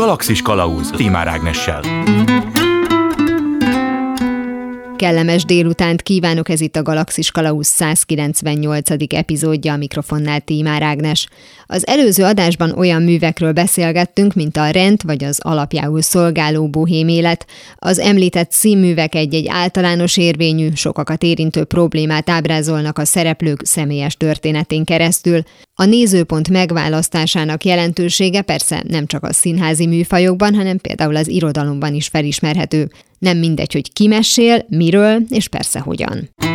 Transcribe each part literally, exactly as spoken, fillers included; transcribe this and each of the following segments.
Galaxis Kalauz Tímár Ágnessel. Kellemes délutánt kívánok, ez itt a Galaxis Kalauz százkilencvennyolcadik epizódja, a mikrofonnál Tímár Ágnes. Az előző adásban olyan művekről beszélgettünk, mint a rend vagy az alapjául szolgáló bohém élet. Az említett színművek egy-egy általános érvényű, sokakat érintő problémát ábrázolnak a szereplők személyes történetén keresztül. A nézőpont megválasztásának jelentősége persze nem csak a színházi műfajokban, hanem például az irodalomban is felismerhető. Nem mindegy, hogy ki mesél, miről, és persze hogyan.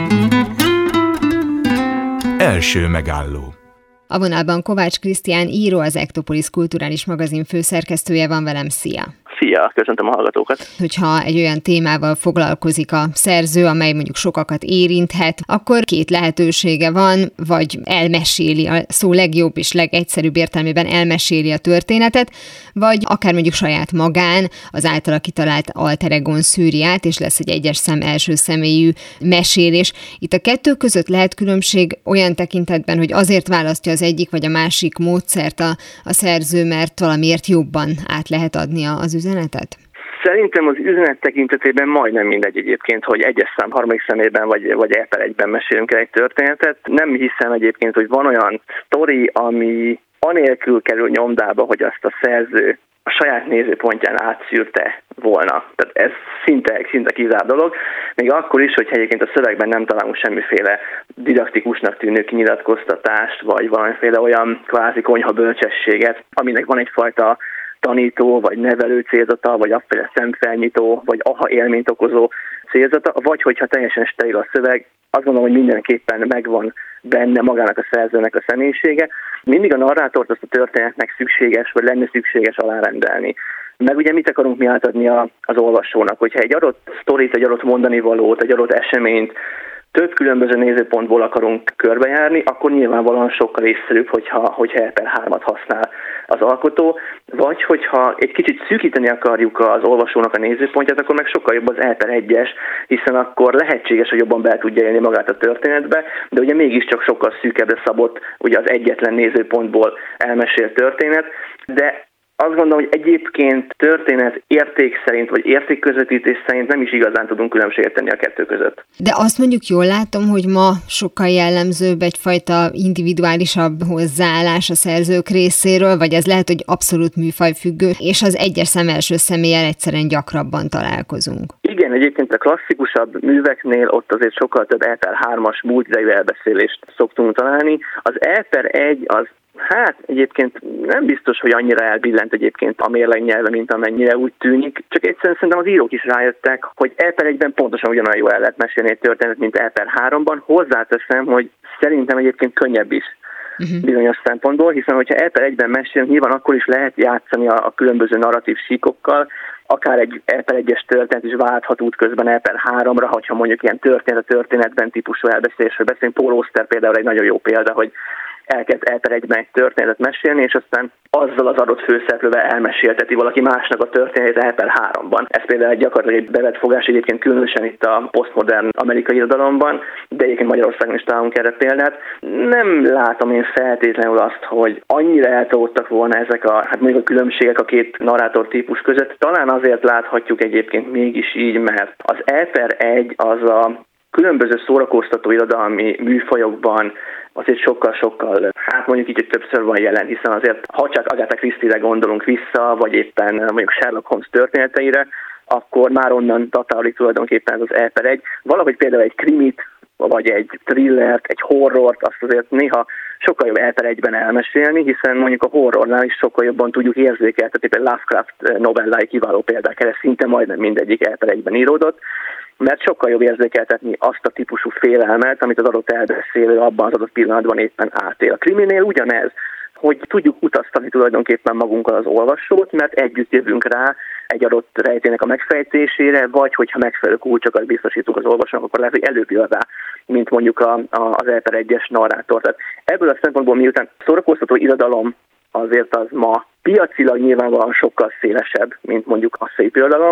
Első megálló. A vonalban Kovács Krisztián író, az Ektopolis kulturális magazin főszerkesztője van velem. Szia! Szia, köszöntöm a hallgatókat! Hogyha egy olyan témával foglalkozik a szerző, amely mondjuk sokakat érinthet, akkor két lehetősége van, vagy elmeséli, a szó legjobb és legegyszerűbb értelmében elmeséli a történetet, vagy akár mondjuk saját magán az általa kitalált alter egon szűri át, és lesz egy egyes szem első személyű mesélés. Itt a kettő között lehet különbség olyan tekintetben, hogy azért választja az egyik vagy a másik módszert a, a szerző, mert valamiért jobban át lehet adni az üzenetet? Szerintem az üzenet tekintetében majdnem mindegy egyébként, hogy egyes szám harmadik szemében vagy, vagy egy per egyben mesélünk el egy történetet. Nem hiszem egyébként, hogy van olyan sztori, ami anélkül kerül nyomdába, hogy azt a szerző a saját nézőpontján átszűrte volna. Tehát ez szinte, szinte kizárt dolog. Még akkor is, hogy egyébként a szövegben nem találunk semmiféle didaktikusnak tűnő kinyilatkoztatást, vagy valamiféle olyan kvázi konyha bölcsességet, aminek van egyfajta tanító, vagy nevelő célzata, vagy afféle szemfelnyitó, vagy aha élményt okozó célzata, vagy hogyha teljesen steril a szöveg, azt gondolom, hogy mindenképpen megvan benne magának a szerzőnek a személyisége. Mindig a narrátort azt a történetnek szükséges, vagy lenne szükséges alárendelni. Meg ugye mit akarunk mi átadni az olvasónak, hogyha egy adott sztorit, egy adott mondani valót, egy adott eseményt több különböző nézőpontból akarunk körbejárni, akkor nyilvánvalóan sokkal észszerűbb, hogyha, hogyha egy per hármat használ az alkotó, vagy hogyha egy kicsit szűkíteni akarjuk az olvasónak a nézőpontját, akkor meg sokkal jobb az egy per egyes, hiszen akkor lehetséges, hogy jobban be tudja élni magát a történetbe, de ugye mégiscsak sokkal szűkebbre szabott ugye az egyetlen nézőpontból elmesélt történet, de azt gondolom, hogy egyébként történet érték szerint, vagy értékközvetítés szerint nem is igazán tudunk különbséget tenni a kettő között. De azt mondjuk jól látom, hogy ma sokkal jellemzőbb egyfajta individuálisabb hozzáállás a szerzők részéről, vagy ez lehet, hogy abszolút műfajfüggő, és az egyes szem első személlyel egyszerűen gyakrabban találkozunk. Igen, egyébként a klasszikusabb műveknél ott azért sokkal több egy per hármas múltidejű elbeszélést szoktunk találni. Az egy per egy az hát egyébként nem biztos, hogy annyira elbillent egyébként a mérleg nyelve, mint amennyire úgy tűnik. Csak egyszerűen szerintem az írók is rájöttek, hogy egy per egyben pontosan ugyanolyan jól el lehet mesélni egy történet, mint egy per háromban. Hozzáteszem, hogy szerintem egyébként könnyebb is uh-huh. bizonyos szempontból, hiszen hogyha egy per egyben mesélünk, nyilván akkor is lehet játszani a, a különböző narratív síkokkal, akár egy egy per egyes történet is válthat útközben egy per háromra, hogyha mondjuk ilyen történet a történetben típusú elbeszélésről beszélünk. Paul Auster például egy nagyon jó példa, hogy elkezd egy per egyben egy történetet mesélni, és aztán azzal az adott főszereplővel elmesélteti valaki másnak a történetét egy per háromban. Ez például egy gyakorlatilag egy bevett fogás egyébként különösen itt a posztmodern amerikai irodalomban, de egyébként Magyarországon is találunk erre példát. Nem látom én feltétlenül azt, hogy annyira eltolódtak volna ezek a, hát mondjuk a különbségek a két narrátor típus között. Talán azért láthatjuk egyébként mégis így, mert az egy per egy az a különböző szórakoztató irodalmi műfajokban azért sokkal-sokkal, hát mondjuk így, hogy többször van jelen, hiszen azért, ha csak Agatha Christie-re gondolunk vissza, vagy éppen mondjuk Sherlock Holmes történeteire, akkor már onnan datálódik tulajdonképpen az egy per egy. Valahogy például egy krimit, vagy egy thrillert, egy horrort, azt azért néha sokkal jobb egy per egyben elmesélni, hiszen mondjuk a horrornál is sokkal jobban tudjuk érzékeltetni, például Lovecraft novellái kiváló példák, erre szinte majdnem mindegyik egy per egyben íródott, mert sokkal jobb érzékeltetni azt a típusú félelmet, amit az adott elbeszélő abban az adott pillanatban éppen átél. A kriminél ugyanez, hogy tudjuk utaztatni tulajdonképpen magunkkal az olvasót, mert együtt jövünk rá egy adott rejtének a megfejtésére, vagy hogyha megfelelő kulcsokat biztosítunk az olvasónak, akkor lehet, hogy előbb jön rá, mint mondjuk a, a, az egy per egyes narrátor. Tehát ebből a szempontból miután szórakoztató irodalom azért az ma piacilag nyilvánvalóan sokkal szélesebb, mint mondjuk a szép irodalom,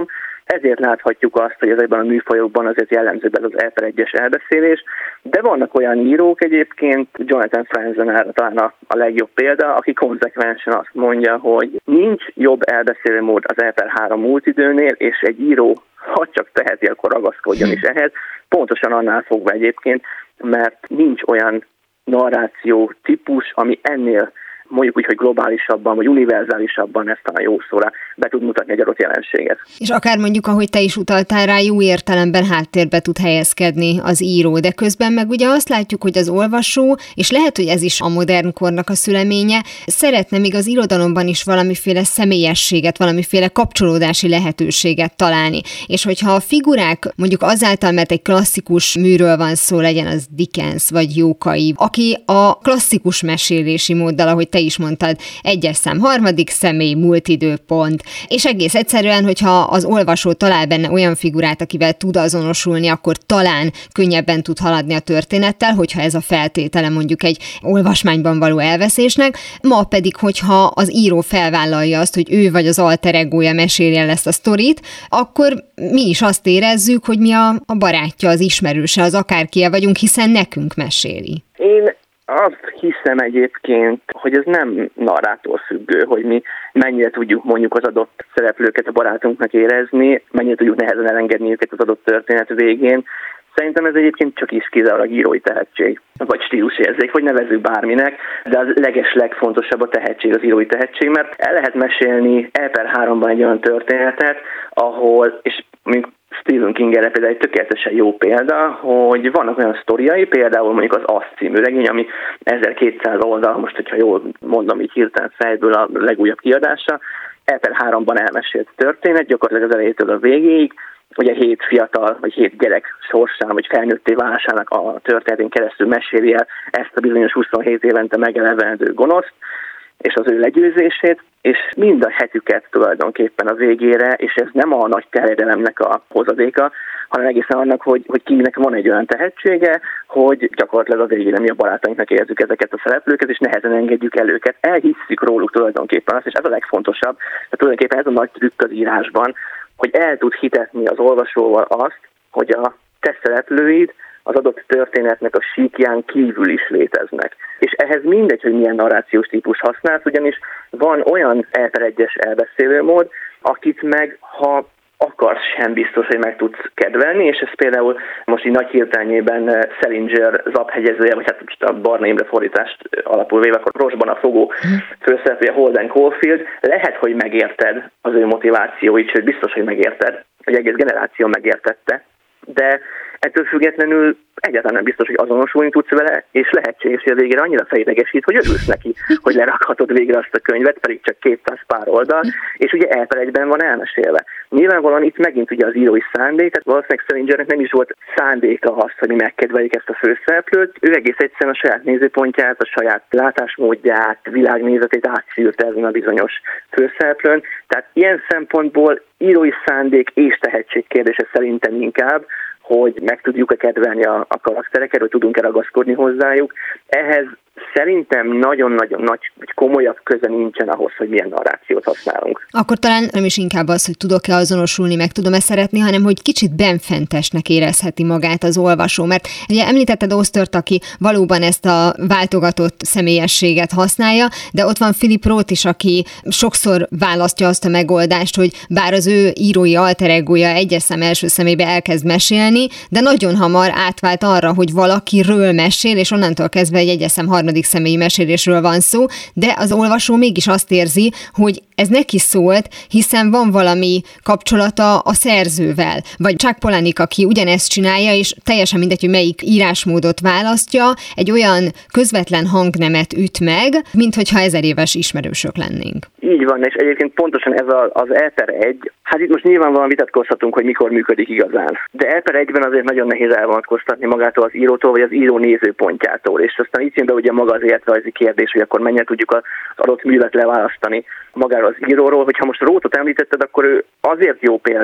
Ezért láthatjuk azt, hogy ezekben a műfajokban azért jellemzőbb ez az E per egyes elbeszélés, de vannak olyan írók egyébként, Jonathan Franzen talán a, a legjobb példa, aki konzekvensen azt mondja, hogy nincs jobb elbeszélő mód az E per három múlt időnél, és egy író, ha csak teheti, akkor ragaszkodjon is ehhez, pontosan annál fogva egyébként, mert nincs olyan narráció típus, ami ennél mondjuk úgy, hogy globálisabban, vagy univerzálisabban, ezt talán jó szóra be tud mutatni egy adott jelenséget. És akár mondjuk, ahogy te is utaltál rá, jó értelemben háttérbe tud helyezkedni az író, de közben meg ugye azt látjuk, hogy az olvasó, és lehet, hogy ez is a modern kornak a szüleménye, szeretne még az irodalomban is valamiféle személyességet, valamiféle kapcsolódási lehetőséget találni. És hogyha a figurák mondjuk azáltal, mert egy klasszikus műről van szó, legyen az Dickens vagy Jókai, aki a klasszikus mesélési móddal, ahogy te is mondtad, egyes szám, harmadik személy, múlt időpont, és egész egyszerűen, hogyha az olvasó talál benne olyan figurát, akivel tud azonosulni, akkor talán könnyebben tud haladni a történettel, hogyha ez a feltétele mondjuk egy olvasmányban való elveszésnek, ma pedig, hogyha az író felvállalja azt, hogy ő vagy az alter egója mesélje el ezt a sztorit, akkor mi is azt érezzük, hogy mi a, a barátja, az ismerőse, az akárkie vagyunk, hiszen nekünk meséli. Én azt hiszem egyébként, hogy ez nem narrátor függő, hogy mi mennyire tudjuk mondjuk az adott szereplőket a barátunknak érezni, mennyire tudjuk nehezen elengedni őket az adott történet végén. Szerintem ez egyébként csak is kizárólag írói tehetség, vagy stílusérzék, vagy nevezzük bárminek, de az leges legfontosabb a tehetség, az írói tehetség, mert el lehet mesélni E per háromban egy olyan történetet, ahol, és mondjuk Stephen King erre például egy tökéletesen jó példa, hogy vannak olyan sztoriai, például mondjuk az Azt című regény, ami ezerkétszáz oldal, most hogyha jól mondom így hirtelen fejből a legújabb kiadása, E per háromban elmesélt történet, gyakorlatilag az elejétől a végéig, ugye hét fiatal, vagy hét gyerek sorsán, vagy felnőtté válásának a történetén keresztül meséli el ezt a bizonyos huszonhét évente megelevenedő gonoszt, és az ő legyőzését, és mind a hetüket tulajdonképpen a végére, és ez nem a nagy terjedelemnek a hozadéka, hanem egészen annak, hogy, hogy Kingnek van egy olyan tehetsége, hogy gyakorlatilag a végére mi a barátainknak érezzük ezeket a szereplőket, és nehezen engedjük el őket. Elhisszük róluk tulajdonképpen azt, és ez a legfontosabb, mert tulajdonképpen ez a nagy trükk az írásban, hogy el tud hitetni az olvasóval azt, hogy a te szereplőid az adott történetnek a síkján kívül is léteznek. És ehhez mindegy, hogy milyen narrációs típus használsz, ugyanis van olyan E per egyes elbeszélőmód, akit meg, ha akarsz, sem biztos, hogy meg tudsz kedvelni, és ez például most így nagy hirtelmében Salinger zaphegyezője, vagy hát most a Barna Imre fordítást alapul véve, akkor Rosban a fogó főszereplője Holden Caulfield, lehet, hogy megérted az ő motivációit, sőt biztos, hogy megérted, hogy egész generáció megértette, de ettől függetlenül egyáltalán nem biztos, hogy azonosulni tudsz vele, és lehetséges, hogy a végére annyira fejlegesít, hogy örülsz neki, hogy lerakhatod végre azt a könyvet, pedig csak kétszáz pár oldal, és ugye E per egyben van elmesélve. Nyilvánvalóan itt megint ugye az írói szándék, tehát valószínűleg Salingernek nem is volt szándéka az, hogy mi megkedveljük ezt a főszereplőt, ő egész egyszerűen a saját nézőpontját, a saját látásmódját, világnézetét átszűrte ezen a bizonyos főszereplőn, tehát ilyen szempontból írói szándék és tehetség kérdése szerintem inkább, hogy meg tudjuk-e kedvelni a, a karaktereket, hogy tudunk-e ragaszkodni hozzájuk. Ehhez szerintem nagyon-nagyon nagy, vagy komolyabb köze nincsen ahhoz, hogy milyen narrációt használunk. Akkor talán nem is inkább az, hogy tudok-e azonosulni, meg tudom-e szeretni, hanem hogy kicsit benfentesnek érezheti magát az olvasó. Mert ugye említetted Austert, aki valóban ezt a váltogatott személyességet használja, de ott van Philip Roth is, aki sokszor választja azt a megoldást, hogy bár az ő írói alter egója egyes szám első személybe elkezd mesélni, de nagyon hamar átvált arra, hogy valakiről mesél, és onnantól kezdve egy egyes szám harmadik személyi mesélésről van szó, de az olvasó mégis azt érzi, hogy ez neki szólt, hiszen van valami kapcsolata a szerzővel. Vagy Chuck Palahniuk, aki ugyanezt csinálja, és teljesen mindegy, hogy melyik írásmódot választja, egy olyan közvetlen hangnemet üt meg, mint hogyha ezer éves ismerősök lennénk. Így van, és egyébként pontosan ez a, az E per egy, hát itt most nyilvánvalóan vitatkozhatunk, hogy mikor működik igazán. De E per egyben azért nagyon nehéz elvonatkoztatni magától az írótól, vagy az író nézőpontjától, és aztán itt jön be ugye maga az életrajzi kérdés, hogy akkor mennyire tudjuk az adott művet leválasztani magáról az íróról. Hogyha most Rothot említetted, akkor ő azért jó példa,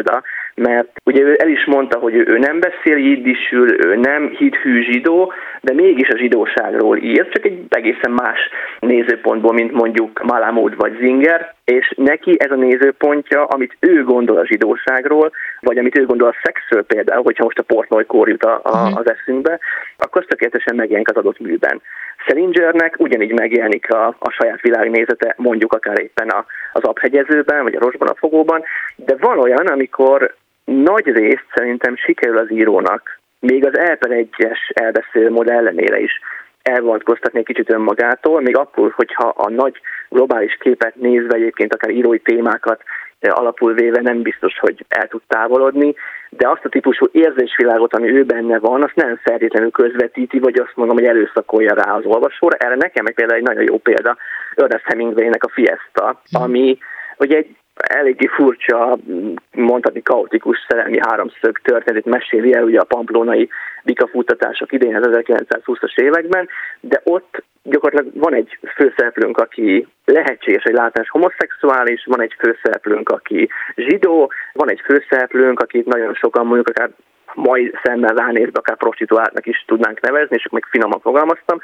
mert ugye ő el is mondta, hogy ő, ő nem beszél jiddisül, ő nem hithű zsidó, de mégis a zsidóságról ír, csak egy egészen más nézőpontból, mint mondjuk Malamud vagy Zinger, és neki ez a nézőpontja, amit ő gondol a zsidóságról, vagy amit ő gondol a szexről például, hogyha most a Portnoy-kor jut a, a, az eszünkbe, akkor tökéletesen megjelenik az adott műben. Salingernek ugyanígy megjelenik a, a saját világnézete, mondjuk akár éppen a, az Abhegyezőben, vagy a Rosban a fogóban, de van olyan, amikor nagy részt szerintem sikerül az írónak, még az E per egyes elbeszélő mód ellenére is elvonatkoztatni egy kicsit önmagától, még akkor, hogyha a nagy globális képet nézve egyébként akár írói témákat alapul véve nem biztos, hogy el tud távolodni, de azt a típusú érzésvilágot, ami ő benne van, azt nem feltétlenül közvetíti, vagy azt mondom, hogy erőszakolja rá az olvasóra. Erre nekem meg például egy nagyon jó példa Ernest Hemingwaynek a Fiesta, ami ugye egy eléggé furcsa, mondhatni kaotikus szerelmi háromszög történetét meséli el ugye a pamplónai bikafuttatások idején az ezerkilencszázhúszas években, de ott gyakorlatilag van egy főszereplőnk, aki lehetséges, hogy látványos homoszexuális, van egy főszereplőnk, aki zsidó, van egy főszereplőnk, akit nagyon sokan mondjuk akár mai szemmel ránézve, akár prostituáltnak is tudnánk nevezni, és még finoman fogalmaztam,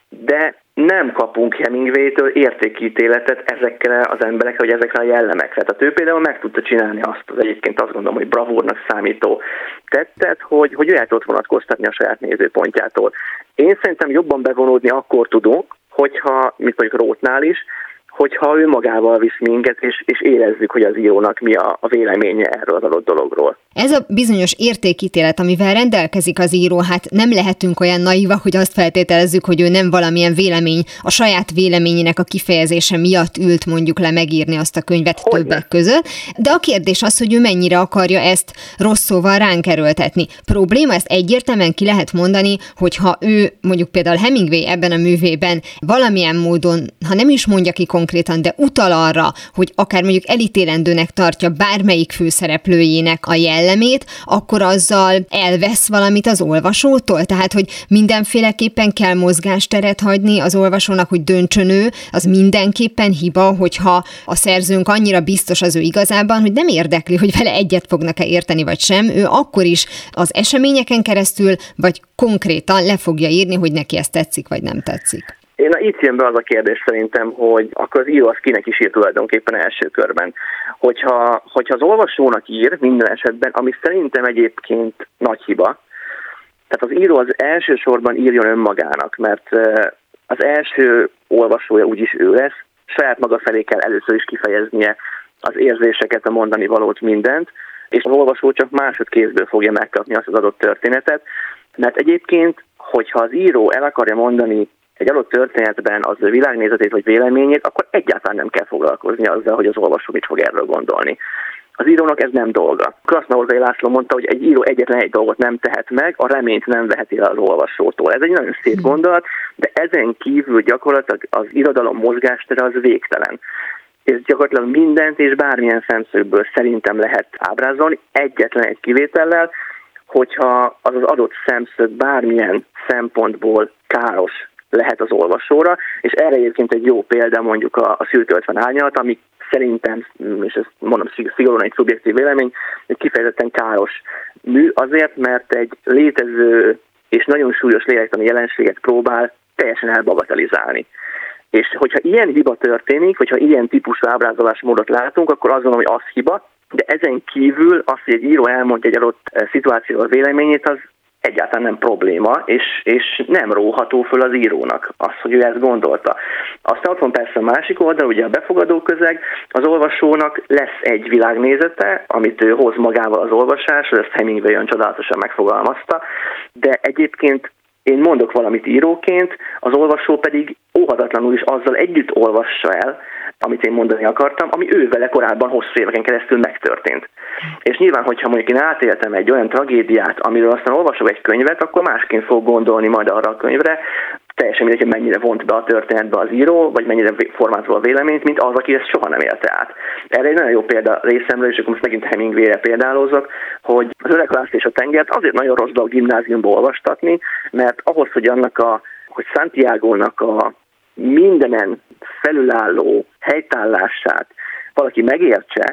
de nem kapunk Hemingwaytől értékítéletet ezekre az emberekre, vagy ezekre a jellemekre. Tehát ő például meg tudta csinálni azt, az egyébként azt gondolom, hogy bravúrnak számító tettet, hogy, hogy ő el tudott vonatkoztatni a saját nézőpontjától. Én szerintem jobban bevonódni akkor tudunk, hogyha, mint mondjuk Rothánál is, hogyha ő magával visz minket, és, és érezzük, hogy az írónak mi a, a véleménye erről az adott dologról. Ez a bizonyos értékítélet, amivel rendelkezik az író, hát nem lehetünk olyan naivak, hogy azt feltételezzük, hogy ő nem valamilyen vélemény, a saját véleményének a kifejezése miatt ült mondjuk le megírni azt a könyvet hogy többek ne? között. De a kérdés az, hogy ő mennyire akarja ezt rossz szóval ránk erőltetni. Probléma, ezt egyértelműen ki lehet mondani, hogyha ő mondjuk például Hemingway ebben a művében valamilyen módon, ha nem is mondja ki konkrétan, de utal arra, hogy akár mondjuk elítélendőnek tartja bármelyik főszereplőjének a jellemét, akkor azzal elvesz valamit az olvasótól? Tehát, hogy mindenféleképpen kell mozgásteret hagyni az olvasónak, hogy döntsön ő, az mindenképpen hiba, hogyha a szerzőnk annyira biztos az ő igazában, hogy nem érdekli, hogy vele egyet fognak-e érteni, vagy sem, ő akkor is az eseményeken keresztül, vagy konkrétan le fogja írni, hogy neki ezt tetszik, vagy nem tetszik. Én na, itt jön be az a kérdés szerintem, hogy akkor az író az kinek is ír tulajdonképpen első körben. Hogyha, hogyha az olvasónak ír minden esetben, ami szerintem egyébként nagy hiba, tehát az író az elsősorban írjon önmagának, mert az első olvasója úgyis ő lesz, saját maga felé kell először is kifejeznie az érzéseket, a mondani valót, mindent, és az olvasó csak másodkézből fogja megkapni azt az adott történetet, mert egyébként, hogyha az író el akarja mondani egy adott történetben az ő világnézetét vagy véleményét, akkor egyáltalán nem kell foglalkozni azzal, hogy az olvasó mit fog erről gondolni. Az írónak ez nem dolga. Krasznahorzai László mondta, hogy egy író egyetlen egy dolgot nem tehet meg, a reményt nem veheti el az olvasótól. Ez egy nagyon szép gondolat, de ezen kívül gyakorlatilag az irodalom mozgástere az végtelen. És gyakorlatilag mindent és bármilyen szemszögből szerintem lehet ábrázolni, egyetlen egy kivétellel, hogyha az az adott szemszög bármilyen szempontból káros lehet az olvasóra, és erre egyébként egy jó példa mondjuk a, a Szürke árnyalat, ami szerintem, és ezt mondom szigorúan egy szubjektív vélemény, egy kifejezetten káros mű azért, mert egy létező és nagyon súlyos lélektani jelenséget próbál teljesen elbagatelizálni. És hogyha ilyen hiba történik, hogyha ilyen típusú ábrázolásmódot látunk, akkor azt gondolom, hogy az hiba, de ezen kívül az, hogy egy író elmondja egy adott szituációval véleményét, az egyáltalán nem probléma, és, és nem róható föl az írónak az, hogy ő ezt gondolta. Aztán ott van persze a másik oldal, ugye a befogadó közeg, az olvasónak lesz egy világnézete, amit ő hoz magával az olvasásra, ezt Hemingway olyan csodálatosan megfogalmazta, de egyébként én mondok valamit íróként, az olvasó pedig óhatatlanul is azzal együtt olvassa el, amit én mondani akartam, ami ő vele korábban hosszú éveken keresztül megtörtént. És nyilván, hogyha mondjuk én átéltem egy olyan tragédiát, amiről aztán olvasok egy könyvet, akkor másként fog gondolni majd arra a könyvre, teljesen mindegy, hogy mennyire vont be a történetbe az író, vagy mennyire formálta a véleményt, mint az, aki ezt soha nem élte át. Erre egy nagyon jó példa részemről, és akkor most megint Hemingwayre példálózok, hogy az Öreg László és a tengert azért nagyon rossz dolog gimnáziumba olvastatni, mert ahhoz, hogy annak a, hogy Santiagónak a mindenen felülálló helytállását valaki megértse,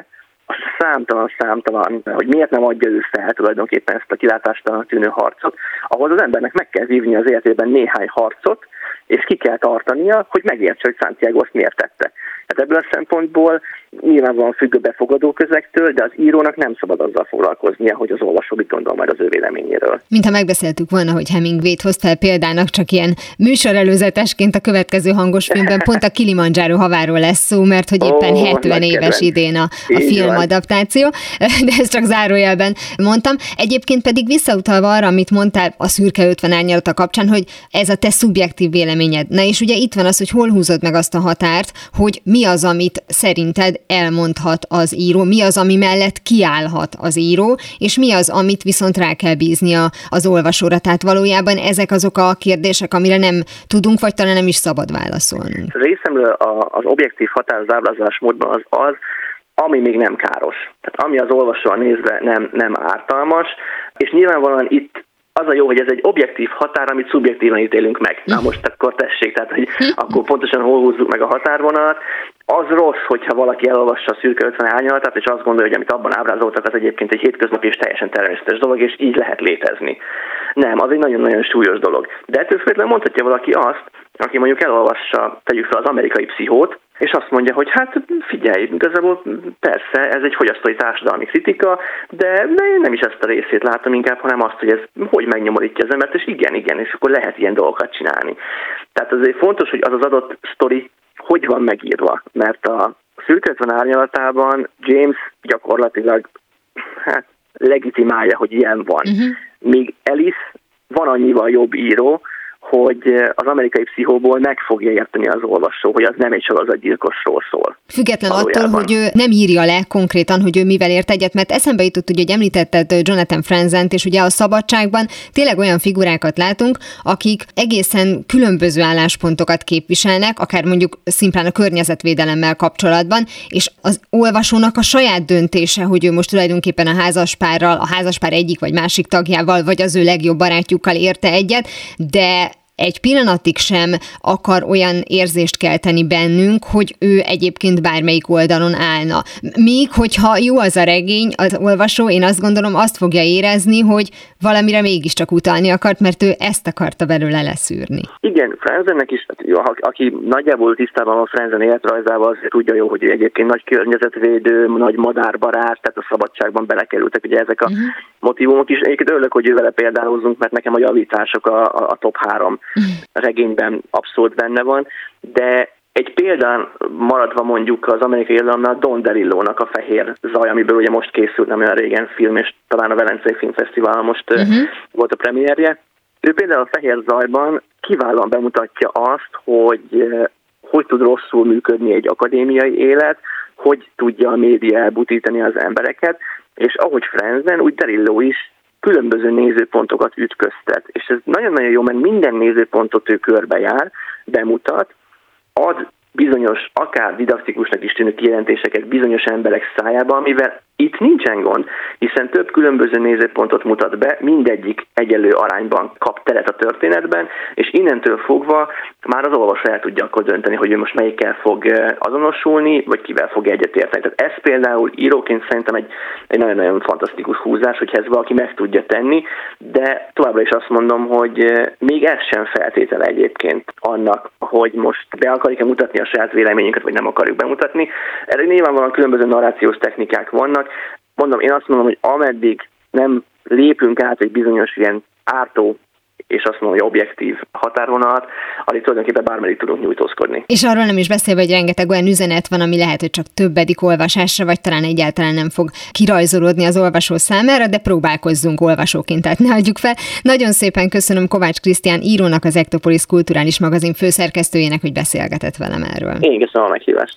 a számtalan-számtalan, hogy miért nem adja ő fel tulajdonképpen ezt a kilátástalan tűnő harcot, ahhoz az embernek meg kell vívni az életében néhány harcot, és ki kell tartania, hogy megértse, hogy Santiago azt miért tette. Hát ebből a szempontból nyilvánvalóan függ a befogadó közegtől, de az írónak nem szabad azzal foglalkoznia, hogy az olvasó mit gondol majd az ő véleményéről. Mintha megbeszéltük volna, hogy Hemingwayt hoztál példának, csak ilyen műsorelőzetesként a következő hangos filmben pont a Kilimanjaro haváról lesz szó, mert hogy éppen oh, hetven éves idén a, a filmadaptáció, de ezt csak zárójelben mondtam. Egyébként pedig visszautalva arra, amit mondtál a Szürke ötven árnyalata kapcsán, hogy ez a te szubjektív véleményed. Na és ugye itt van az, hogy hol húzod meg azt a határt, hogy mi az, amit szerinted elmondhat az író, mi az, ami mellett kiállhat az író, és mi az, amit viszont rá kell bíznia az olvasóra. Tehát valójában ezek azok a kérdések, amire nem tudunk, vagy talán nem is szabad válaszolnunk. Részemről az objektív határ az ábrázolásmódban az az, ami még nem káros. Tehát ami az olvasóra nézve nem, nem ártalmas, és nyilvánvalóan itt az a jó, hogy ez egy objektív határ, amit szubjektívan ítélünk meg. Na most akkor tessék, tehát hogy akkor pontosan hol húzzuk meg a határvonalat. Az rossz, hogyha valaki elolvassa a Szürke ötven árnyalatát, és azt gondolja, hogy amit abban ábrázoltak, az egyébként egy hétköznapi és teljesen természetes dolog, és így lehet létezni. Nem, az egy nagyon-nagyon súlyos dolog. De ettől függetlenül mondhatja valaki azt, aki mondjuk elolvassa, tegyük fel az Amerikai Pszichót, és azt mondja, hogy hát figyelj, igazából persze ez egy fogyasztói társadalmi kritika, de, de én nem is ezt a részét látom inkább, hanem azt, hogy ez hogy megnyomorítja az embert, és igen, igen, és akkor lehet ilyen dolgokat csinálni. Tehát azért fontos, hogy az az adott sztori hogy van megírva, mert a Szürke ötven árnyalatában James gyakorlatilag hát, legitimálja, hogy ilyen van. Uh-huh. Míg Alice van annyival jobb író, hogy az Amerikai Pszichóból meg fogja érteni az olvasó, hogy az nem egy sorozatgyilkosról szól. Független valójában. Attól, hogy ő nem írja le konkrétan, hogy ő mivel ért egyet, mert eszembe jutott, ugye, hogy említetted Jonathan Franzent, és ugye a Szabadságban tényleg olyan figurákat látunk, akik egészen különböző álláspontokat képviselnek, akár mondjuk szimplán a környezetvédelemmel kapcsolatban, és az olvasónak a saját döntése, hogy ő most tulajdonképpen a házaspárral, a házaspár egyik vagy másik tagjával, vagy az ő legjobb barátjukkal érte egyet, de egy pillanatig sem akar olyan érzést kelteni bennünk, hogy ő egyébként bármelyik oldalon állna. Míg, hogyha jó az a regény, az olvasó, én azt gondolom, azt fogja érezni, hogy valamire mégiscsak utalni akart, mert ő ezt akarta belőle leszűrni. Igen, Franzennek is, aki nagyjából tisztában van Franzen életrajzával, azért tudja jó, hogy egyébként nagy környezetvédő, nagy madárbarát, tehát a Szabadságban belekerültek ugye ezek a uh-huh. motivumok is. Egyébként örülök, hogy ővele példálózzunk, mert nekem a javítások a, a, a top három regényben abszolút benne van, de egy példán maradva mondjuk az amerikai irodalomnál Don DeLillo-nak a Fehér zaj, amiből ugye most készült nem olyan régen film, és talán a Velencei Filmfesztiválon most uh-huh. volt a premierje. Ő például a Fehér zajban kiválóan bemutatja azt, hogy hogy tud rosszul működni egy akadémiai élet, hogy tudja a média elbutítani az embereket, és ahogy Franzen, úgy DeLillo is különböző nézőpontokat ütköztet. És ez nagyon-nagyon jó, mert minden nézőpontot ő körbejár, bemutat, ad bizonyos, akár didaktikusnak is tűnő kijelentéseket bizonyos emberek szájába, amivel itt nincsen gond, hiszen több különböző nézőpontot mutat be, mindegyik egyenlő arányban kap teret a történetben, és innentől fogva már az olvasó el tudja akkor dönteni, hogy ő most melyikkel fog azonosulni, vagy kivel fog egyetérteni. Tehát ez például íróként szerintem egy, egy nagyon-nagyon fantasztikus húzás, hogyha ezt valaki meg tudja tenni, de továbbra is azt mondom, hogy még ez sem feltétele egyébként annak, hogy most be akarjuk-e mutatni a saját véleményünket, vagy nem akarjuk bemutatni. Erre nyilvánvalóan különböző narrációs technikák vannak. Mondom, én azt mondom, hogy ameddig nem lépünk át egy bizonyos ilyen ártó, és azt mondom, hogy objektív határvonalat, addig tulajdonképpen bármelyik tudunk nyújtózkodni. És arról nem is beszélve, hogy rengeteg olyan üzenet van, ami lehet, hogy csak többedik olvasásra, vagy talán egyáltalán nem fog kirajzolódni az olvasó számára, de próbálkozzunk olvasóként, tehát ne adjuk fel. Nagyon szépen köszönöm Kovács Krisztián írónak, az Ektopolis kulturális magazin főszerkesztőjének, hogy beszélgetett velem erről. Én köszönöm a meghívást.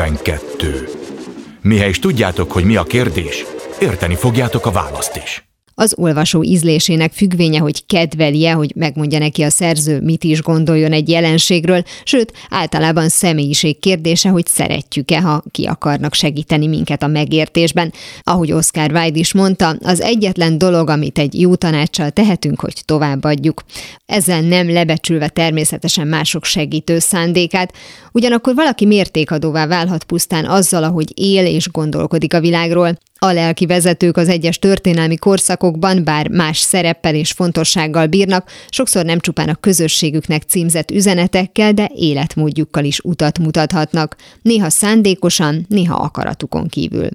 negyvenkettő. Mihelyis tudjátok, hogy mi a kérdés, érteni fogjátok a választ is. Az olvasó ízlésének függvénye, hogy kedvelje, hogy megmondja neki a szerző, mit is gondoljon egy jelenségről, sőt, általában személyiség kérdése, hogy szeretjük-e, ha ki akarnak segíteni minket a megértésben. Ahogy Oscar Wilde is mondta, az egyetlen dolog, amit egy jó tanácssal tehetünk, hogy továbbadjuk. Ezzel nem lebecsülve természetesen mások segítő szándékát, ugyanakkor valaki mértékadóvá válhat pusztán azzal, ahogy él és gondolkodik a világról. A lelki vezetők az egyes történelmi korszakokban, bár más szereppel és fontossággal bírnak, sokszor nem csupán a közösségüknek címzett üzenetekkel, de életmódjukkal is utat mutathatnak. Néha szándékosan, néha akaratukon kívül.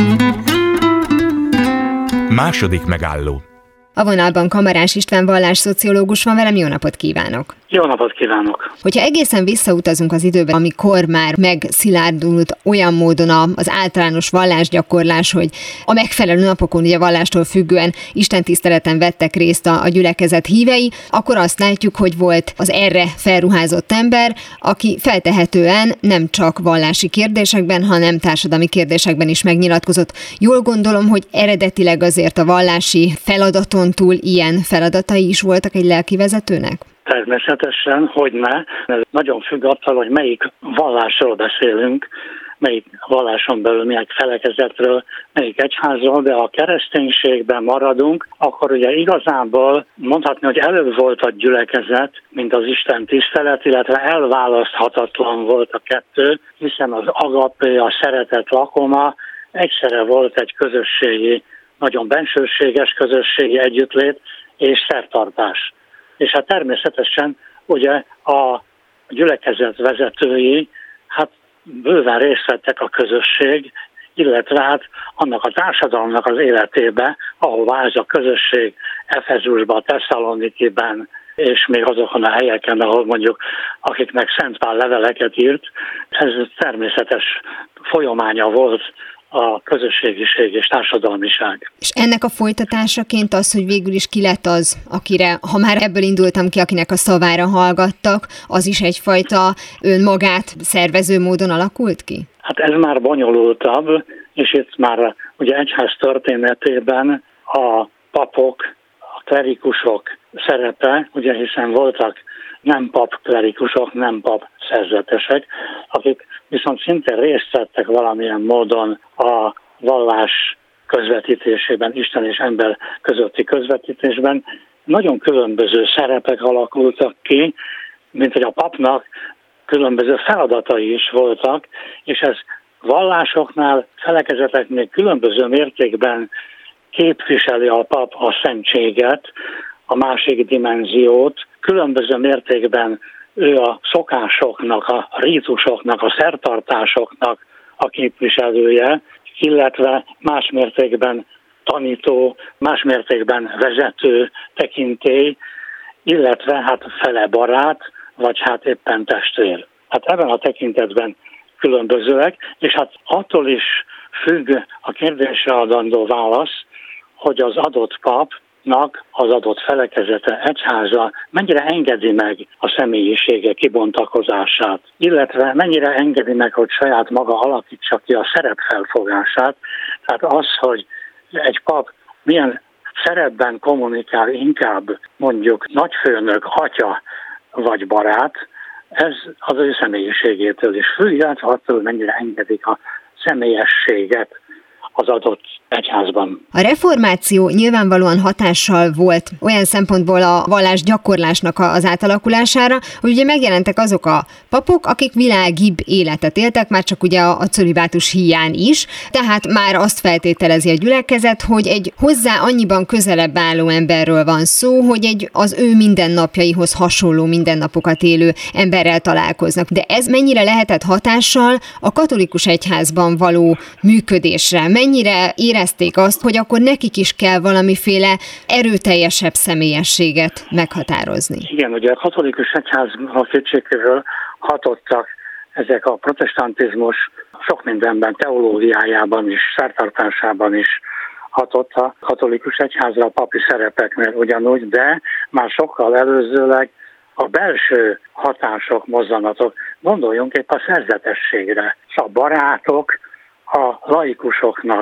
Második megálló. A vonalban Kamarás István vallásszociológus van velem, jó napot kívánok! Jó napot kívánok! Hogyha egészen visszautazunk az időben, amikor már megszilárdult olyan módon az általános vallásgyakorlás, hogy a megfelelő napokon, ugye vallástól függően istentiszteleten vettek részt a, a gyülekezet hívei, akkor azt látjuk, hogy volt az erre felruházott ember, aki feltehetően nem csak vallási kérdésekben, hanem társadalmi kérdésekben is megnyilatkozott. Jól gondolom, hogy eredetileg azért a vallási feladaton túl ilyen feladatai is voltak egy lelkivezetőnek? Természetesen, hogy ne. Ez nagyon függ attól, hogy melyik vallásról beszélünk, melyik valláson belül, melyik felekezetről, melyik egyházról, de ha a kereszténységben maradunk, akkor ugye igazából mondhatni, hogy előbb volt a gyülekezet, mint az Isten tisztelet, illetve elválaszthatatlan volt a kettő, hiszen az agapé, a szeretet lakoma egyszerre volt egy közösségi, nagyon bensőséges közösségi együttlét és szertartás. És hát természetesen ugye a gyülekezet vezetői hát bőven részt vettek a közösség, illetve hát annak a társadalomnak az életébe, ahová ez a közösség Efezusban, Tesszalonikiben, és még azokon a helyeken, ahol mondjuk akiknek Szent Pál leveleket írt, ez természetes folyamánya volt a közösségiség és társadalmiság. És ennek a folytatásaként az, hogy végül is ki lett az, akire, ha már ebből indultam ki, akinek a szavára hallgattak, az is egyfajta önmagát szervező módon alakult ki? Hát ez már bonyolultabb, és itt már ugye egyház történetében a papok, a klerikusok szerepe, ugye hiszen voltak nem pap klerikusok, nem pap szerzetesek, akik viszont szinte részt vettek valamilyen módon a vallás közvetítésében, Isten és ember közötti közvetítésben. Nagyon különböző szerepek alakultak ki, mint hogy a papnak különböző feladatai is voltak, és ez vallásoknál, felekezeteknél különböző mértékben képviseli a pap a szentséget, a másik dimenziót, különböző mértékben ő a szokásoknak, a rítusoknak, a szertartásoknak a képviselője, illetve más mértékben tanító, más mértékben vezető tekintély, illetve hát fele barát, vagy hát éppen testvér. Hát ebben a tekintetben különbözőek, és hát attól is függ a kérdésre adandó válasz, hogy az adott papnak az adott felekezete, egyháza mennyire engedi meg a személyisége kibontakozását, illetve mennyire engedi meg, hogy saját maga alakítsa ki a szerepfelfogását. Tehát az, hogy egy pap milyen szerepben kommunikál inkább mondjuk nagyfőnök, atya vagy barát, ez az ő személyiségétől is függ, illetve attól, mennyire engedik a személyességet az adott egyházban. A reformáció nyilvánvalóan hatással volt olyan szempontból a vallás gyakorlásnak az átalakulására, hogy ugye megjelentek azok a papok, akik világibb életet éltek, már csak ugye a, a cölibátus híján is, tehát már azt feltételezi a gyülekezet, hogy egy hozzá annyiban közelebb álló emberről van szó, hogy egy az ő mindennapjaihoz hasonló mindennapokat élő emberrel találkoznak. De ez mennyire lehetett hatással a katolikus egyházban való működésre? Mennyire érezték azt, hogy akkor nekik is kell valamiféle erőteljesebb személyességet meghatározni? Igen, ugye a katolikus egyházban kétségkívül hatottak ezek a protestantizmus sok mindenben, teológiájában is, szertartásában is hatott a katolikus egyházra a papi szerepeknél ugyanúgy, de már sokkal előzőleg a belső hatások, mozzanatok, gondoljunk épp a szerzetességre. A barátok a laikusoknak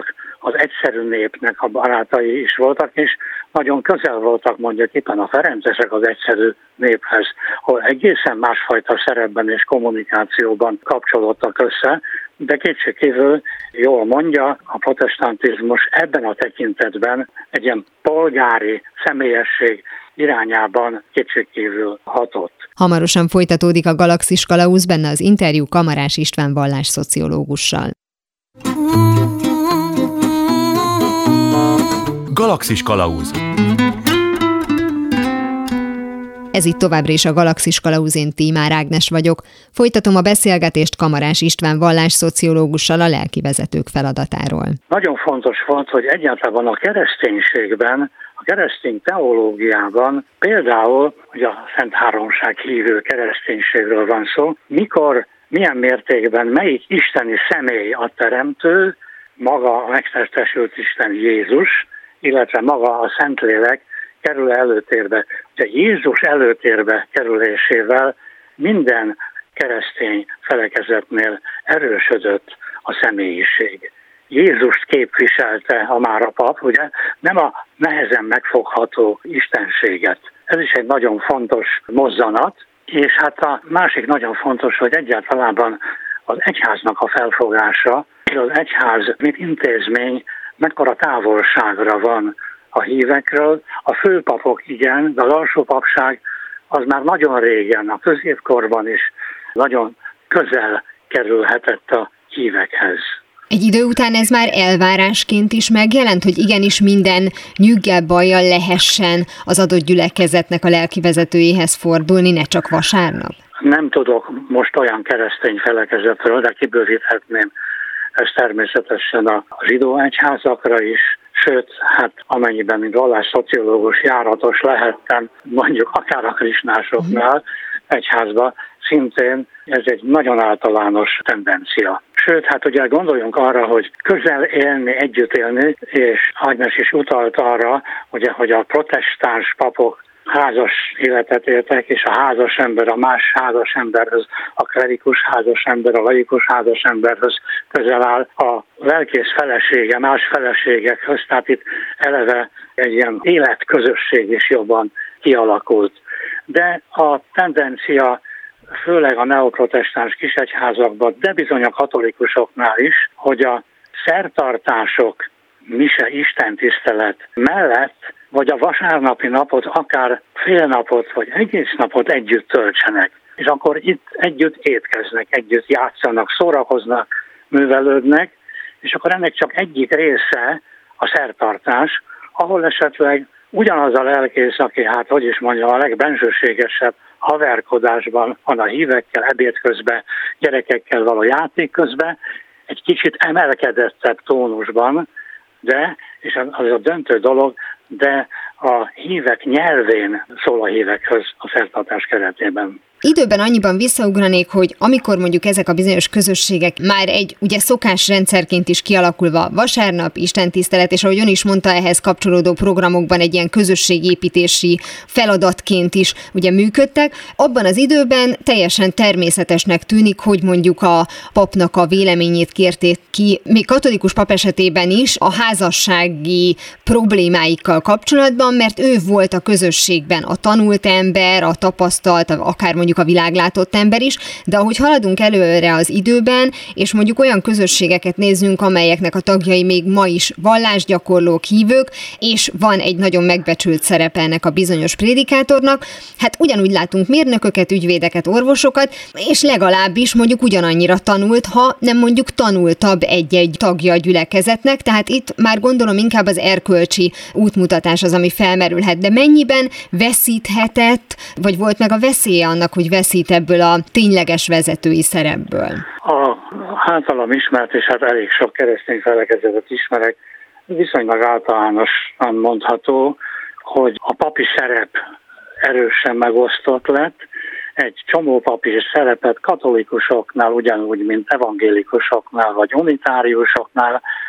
az egyszerű népnek a barátai is voltak, és nagyon közel voltak mondjuk éppen a ferencesek az egyszerű néphez, ahol egészen másfajta szerepben és kommunikációban kapcsolódtak össze, de kétségkívül jól mondja, a protestantizmus ebben a tekintetben egy ilyen polgári személyesség irányában kétségkívül hatott. Hamarosan folytatódik a Galaxis Kalauz, benne az interjú Kamarás István vallásszociológussal. Galaxis Kalauz. Ez itt továbbra is a Galaxis Kalauz, én Tímár Ágnes vagyok. Folytatom a beszélgetést Kamarás István vallásszociológussal a lelkivezetők feladatáról. Nagyon fontos volt, hogy egyáltalán a kereszténységben, a keresztény teológiában, például, hogy a Szent Háromság hívő kereszténységről van szó, mikor, milyen mértékben, melyik isteni személy a teremtő, maga a megtestesült Isten Jézus, illetve maga a Szentlélek kerül előtérbe. Ugye Jézus előtérbe kerülésével minden keresztény felekezetnél erősödött a személyiség. Jézust képviselte a már a pap, ugye nem a nehezen megfogható istenséget. Ez is egy nagyon fontos mozzanat, és hát a másik nagyon fontos, hogy egyáltalában az egyháznak a felfogása, az egyház, mint intézmény, mekkora távolságra van a hívekről. A főpapok igen, de az alsó papság az már nagyon régen, a középkorban is nagyon közel kerülhetett a hívekhez. Egy idő után ez már elvárásként is megjelent, hogy igenis minden nyüggel, bajjal lehessen az adott gyülekezetnek a lelkivezetőjéhez fordulni, ne csak vasárnap? Nem tudok most olyan keresztény felekezetről, de kibővíthetném ezt természetesen a zsidó egyházakra is, sőt, hát amennyiben, mint vallásszociológus járatos lehettem, mondjuk akár a krisnásoknál egyházba, szintén ez egy nagyon általános tendencia. Sőt, hát ugye gondoljunk arra, hogy közel élni, együtt élni, és Ágnes is utalt arra, ugye, hogy a protestáns papok házas életet éltek, és a házas ember a más házas emberhez, a klerikus házas ember a laikus házas emberhez közel áll, a lelkész felesége más feleségekhez, tehát itt eleve egy ilyen életközösség is jobban kialakult. De a tendencia főleg a neoprotestáns kisegyházakban, de bizony a katolikusoknál is, hogy a szertartások, mise, istentisztelet mellett, vagy a vasárnapi napot akár fél napot, vagy egész napot együtt töltsenek. És akkor itt együtt étkeznek, együtt játszanak, szórakoznak, művelődnek, és akkor ennek csak egyik része a szertartás, ahol esetleg ugyanaz a lelkész, aki hát, hogy is mondja, a legbensőségesebb haverkodásban van a hívekkel, ebéd közben, gyerekekkel való játék közben, egy kicsit emelkedettebb tónusban, de, és az a döntő dolog, de a hívek nyelvén szól a hívekhez a szertartás keretében. Időben annyiban visszaugranék, hogy amikor mondjuk ezek a bizonyos közösségek már egy ugye szokásrendszerként is kialakulva vasárnap, istentisztelet, és ahogy ön is mondta, ehhez kapcsolódó programokban egy ilyen közösségépítési feladatként is ugye működtek, abban az időben teljesen természetesnek tűnik, hogy mondjuk a papnak a véleményét kérték ki, még katolikus pap esetében is a házassági problémáikkal kapcsolatban, mert ő volt a közösségben a tanult ember, a tapasztalt, akár mondjuk a világlátott ember is, de ahogy haladunk előre az időben, és mondjuk olyan közösségeket nézzünk, amelyeknek a tagjai még ma is vallásgyakorlók, hívők, és van egy nagyon megbecsült szerepe ennek a bizonyos prédikátornak, hát ugyanúgy látunk mérnököket, ügyvédeket, orvosokat, és legalábbis mondjuk ugyanannyira tanult, ha nem mondjuk tanultabb egy-egy tagja a gyülekezetnek, tehát itt már gondolom inkább az erkölcsi útmutatás az, ami felmerülhet, de mennyiben veszíthetett, vagy volt meg a veszélye annak, hogy veszít ebből a tényleges vezetői szerepből? A általam ismert, és hát elég sok keresztény felekezetet ismerek, viszonylag általánosan mondható, hogy a papi szerep erősen megosztott lett, egy csomó papi szerepet katolikusoknál, ugyanúgy, mint evangélikusoknál, vagy unitáriusoknál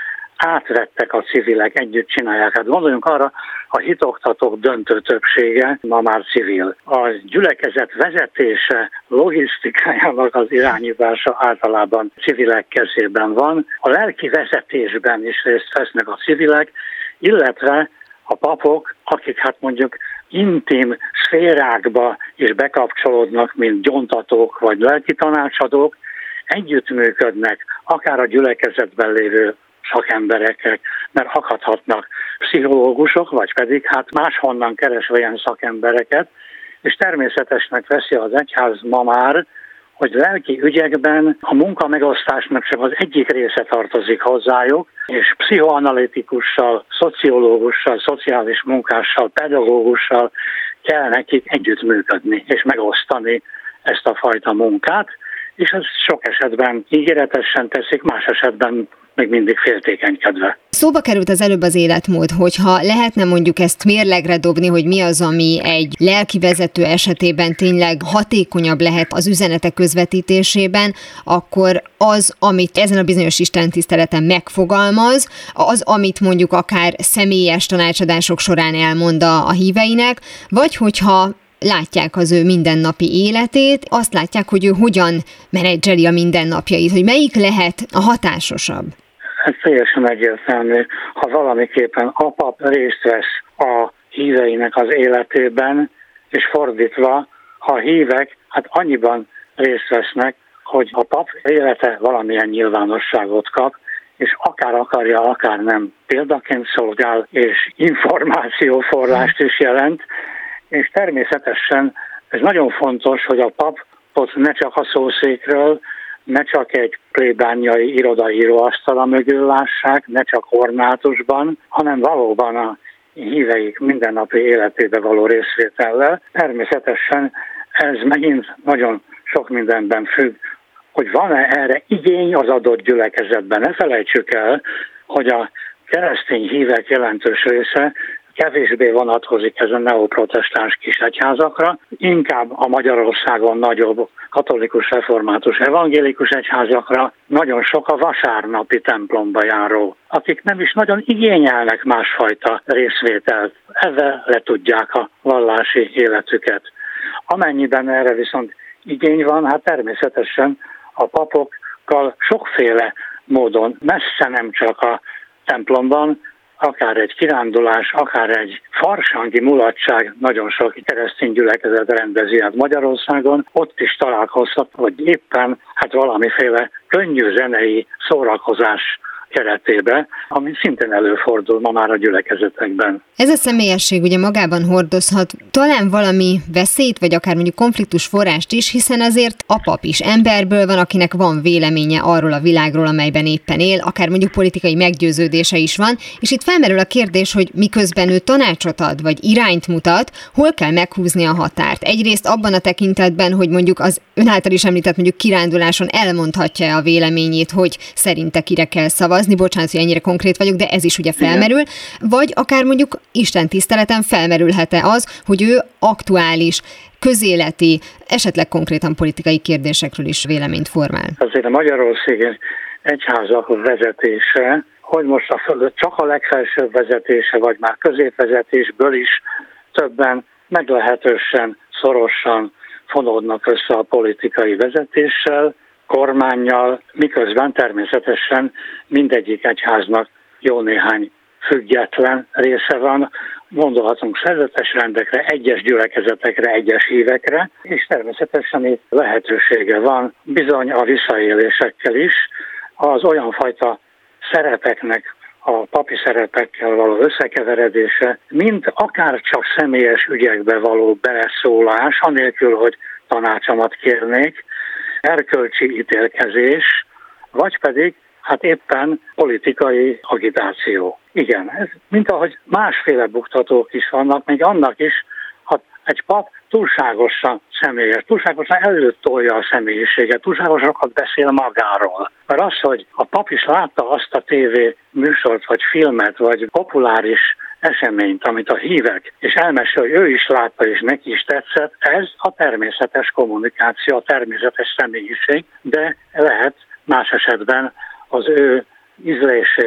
átvettek a civilek, együtt csinálják. Hát gondoljunk arra, a hitoktatók döntő többsége ma már civil. A gyülekezet vezetése, logisztikájának az irányítása általában civilek kezében van. A lelki vezetésben is részt vesznek a civilek, illetve a papok, akik hát mondjuk intim szférákba is bekapcsolódnak, mint gyóntatók vagy lelki tanácsadók, együttműködnek, akár a gyülekezetben lévő szakembereknek, mert akadhatnak pszichológusok, vagy pedig hát máshonnan keresve ilyen szakembereket, és természetesnek veszi az egyház ma már, hogy lelki ügyekben a munkamegosztásnak csak az egyik része tartozik hozzájuk, és pszichoanalitikussal, szociológussal, szociális munkással, pedagógussal kell nekik együttműködni és megosztani ezt a fajta munkát, és ez sok esetben ígéretesen teszik, más esetben még mindig féltékenykedve. Szóba került az előbb az életmód, hogyha lehetne mondjuk ezt mérlegre dobni, hogy mi az, ami egy lelki vezető esetében tényleg hatékonyabb lehet az üzenetek közvetítésében, akkor az, amit ezen a bizonyos istentiszteleten megfogalmaz, az, amit mondjuk akár személyes tanácsadások során elmond a híveinek, vagy hogyha látják az ő mindennapi életét, azt látják, hogy ő hogyan menedzseli a mindennapjait, hogy melyik lehet a hatásosabb. Ez teljesen egyértelmű. Ha valamiképpen a pap részt vesz a híveinek az életében, és fordítva, ha a hívek hát annyiban részt vesznek, hogy a pap élete valamilyen nyilvánosságot kap, és akár akarja, akár nem, példaként szolgál, és információforrást is jelent, és természetesen ez nagyon fontos, hogy a papot ne csak a szószékről, ne csak egy plébániai irodaíró asztala mögül lássák, ne csak ornátusban, hanem valóban a híveik mindennapi életébe való részvétellel. Természetesen ez megint nagyon sok mindenben függ, hogy van-e erre igény az adott gyülekezetben. Ne felejtsük el, hogy a keresztény hívek jelentős része kevésbé vonatkozik ez a neoprotestáns kisegyházakra, inkább a Magyarországon nagyobb katolikus, református, evangélikus egyházakra, nagyon sok a vasárnapi templomba járó, akik nem is nagyon igényelnek másfajta részvételt, ezzel le tudják a vallási életüket. Amennyiben erre viszont igény van, hát természetesen a papokkal sokféle módon, messze nem csak a templomban, akár egy kirándulás, akár egy farsangi mulatság, nagyon sok keresztény gyülekezet rendezi át Magyarországon, ott is találkozhat, vagy éppen hát valamiféle könnyű zenei szórakozás keretébe, ami szintén előfordul ma már a gyülekezetekben. Ez a személyesség ugye magában hordozhat talán valami veszélyt, vagy akár mondjuk konfliktus forrást is, hiszen azért a pap is emberből van, akinek van véleménye arról a világról, amelyben éppen él, akár mondjuk politikai meggyőződése is van, és itt felmerül a kérdés, hogy miközben ő tanácsot ad, vagy irányt mutat, hol kell meghúzni a határt. Egyrészt abban a tekintetben, hogy mondjuk az ön által is említett mondjuk kiránduláson elmondhatja a véleményét, hogy szerinte kire kell szavazni, bocsánat, hogy ennyire konkrét vagyok, de ez is ugye felmerül, igen. Vagy akár mondjuk Isten tiszteleten felmerülhet-e az, hogy ő aktuális, közéleti, esetleg konkrétan politikai kérdésekről is véleményt formál. Azért a Magyarországi egyházak vezetése, hogy most a fölött csak a legfelsőbb vezetése, vagy már középvezetésből is többen meglehetősen szorosan fonódnak össze a politikai vezetéssel, kormánnyal, miközben természetesen mindegyik egyháznak jó néhány független része van. Gondolhatunk szerzetes rendekre, egyes gyülekezetekre, egyes hívekre, és természetesen itt lehetősége van bizony a visszaélésekkel is, az olyan fajta szerepeknek, a papi szerepekkel való összekeveredése, mint akár csak személyes ügyekbe való beleszólás, anélkül, hogy tanácsomat kérnék, erkölcsi ítélkezés, vagy pedig hát éppen politikai agitáció. Igen, ez mint ahogy másféle buktatók is vannak, még annak is, ha egy pap túlságosan személyes, túlságosan előtt tolja a személyiséget, túlságosokat beszél magáról. Mert az, hogy a pap is látta azt a tévé műsort, vagy filmet, vagy populáris eseményt, amit a hívek, és elmesél, hogy ő is látta, és neki is tetszett, ez a természetes kommunikáció, a természetes személyiség, de lehet más esetben az ő ízlését,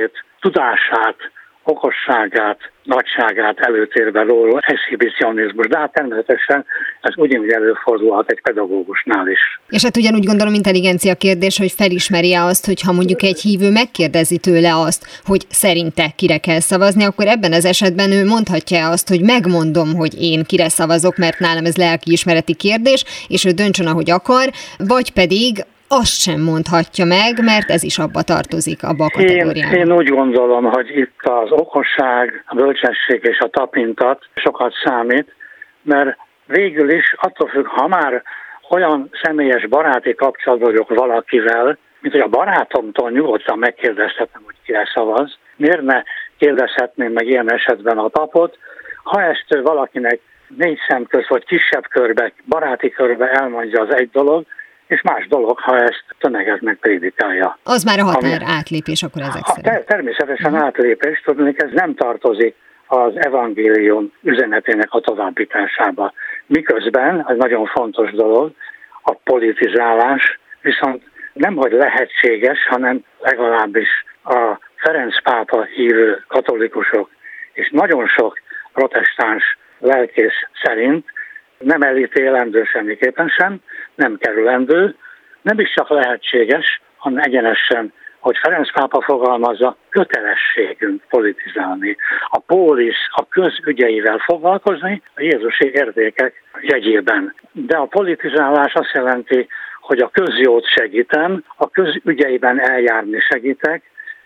tudását, okosságát, nagyságát előtérbe lóló exhibicionizmus, de hát természetesen ez ugyanúgy előfordulhat egy pedagógusnál is. És hát ugyanúgy gondolom intelligencia kérdés, hogy felismeri-e azt, hogy ha mondjuk egy hívő megkérdezi tőle azt, hogy szerinte kire kell szavazni, akkor ebben az esetben ő mondhatja azt, hogy megmondom, hogy én kire szavazok, mert nálam ez lelkiismereti kérdés, és ő döntsön, ahogy akar, vagy pedig azt sem mondhatja meg, mert ez is abba tartozik, abba a kategóriába. Én, én úgy gondolom, hogy itt az okosság, a bölcsesség és a tapintat sokat számít, mert végül is attól függ, ha már olyan személyes baráti kapcsolatban vagyok valakivel, mint hogy a barátomtól nyugodtan megkérdezhetem, hogy kire szavaz, miért ne kérdezhetném meg ilyen esetben a papot, ha ezt valakinek négy szem közt vagy kisebb körbe, baráti körbe elmondja, az egy dolog, és más dolog, ha ezt tömegeknek prédikálja. Az már a határ ami, átlépés, akkor ezek ha, szerint. Természetesen uh-huh. átlépés, tudnék, ez nem tartozik az evangélium üzenetének a továbbításába. Miközben, ez nagyon fontos dolog, a politizálás viszont nem, hogy lehetséges, hanem legalábbis a Ferenc pápa hívő katolikusok és nagyon sok protestáns lelkész szerint nem elítélendő semmiképpen sem, nem kerülendő, nem is csak lehetséges, hanem egyenesen, hogy Ferenc pápa fogalmazza, kötelességünk politizálni. A pólisz a közügyeivel foglalkozni a jézusi értékek jegyében. De a politizálás azt jelenti, hogy a közjót segítem, a közügyeiben eljárni segítek,